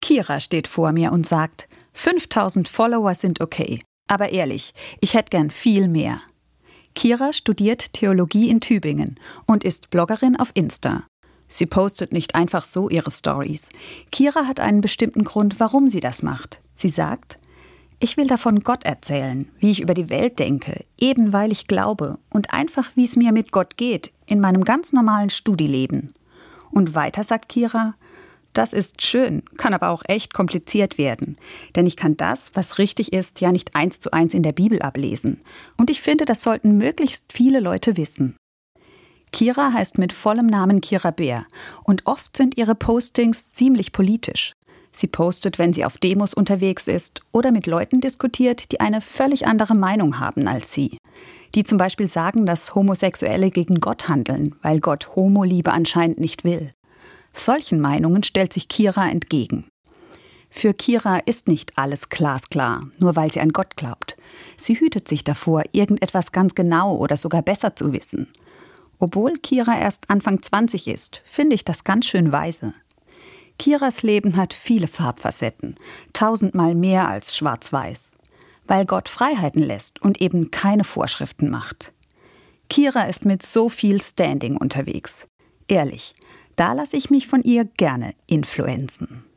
Kira steht vor mir und sagt, 5000 Follower sind okay. Aber ehrlich, ich hätte gern viel mehr. Kira studiert Theologie in Tübingen und ist Bloggerin auf Insta. Sie postet nicht einfach so ihre Stories. Kira hat einen bestimmten Grund, warum sie das macht. Sie sagt, ich will davon Gott erzählen, wie ich über die Welt denke, eben weil ich glaube und einfach, wie es mir mit Gott geht, in meinem ganz normalen Studileben. Und weiter sagt Kira, das ist schön, kann aber auch echt kompliziert werden. Denn ich kann das, was richtig ist, ja nicht 1:1 in der Bibel ablesen. Und ich finde, das sollten möglichst viele Leute wissen. Kira heißt mit vollem Namen Kira Beer und oft sind ihre Postings ziemlich politisch. Sie postet, wenn sie auf Demos unterwegs ist oder mit Leuten diskutiert, die eine völlig andere Meinung haben als sie. Die zum Beispiel sagen, dass Homosexuelle gegen Gott handeln, weil Gott Homoliebe anscheinend nicht will. Solchen Meinungen stellt sich Kira entgegen. Für Kira ist nicht alles glasklar, nur weil sie an Gott glaubt. Sie hütet sich davor, irgendetwas ganz genau oder sogar besser zu wissen. Obwohl Kira erst Anfang 20 ist, finde ich das ganz schön weise. Kiras Leben hat viele Farbfacetten, 1000-mal mehr als schwarz-weiß. Weil Gott Freiheiten lässt und eben keine Vorschriften macht. Kira ist mit so viel Standing unterwegs. Ehrlich, da lasse ich mich von ihr gerne influenzen.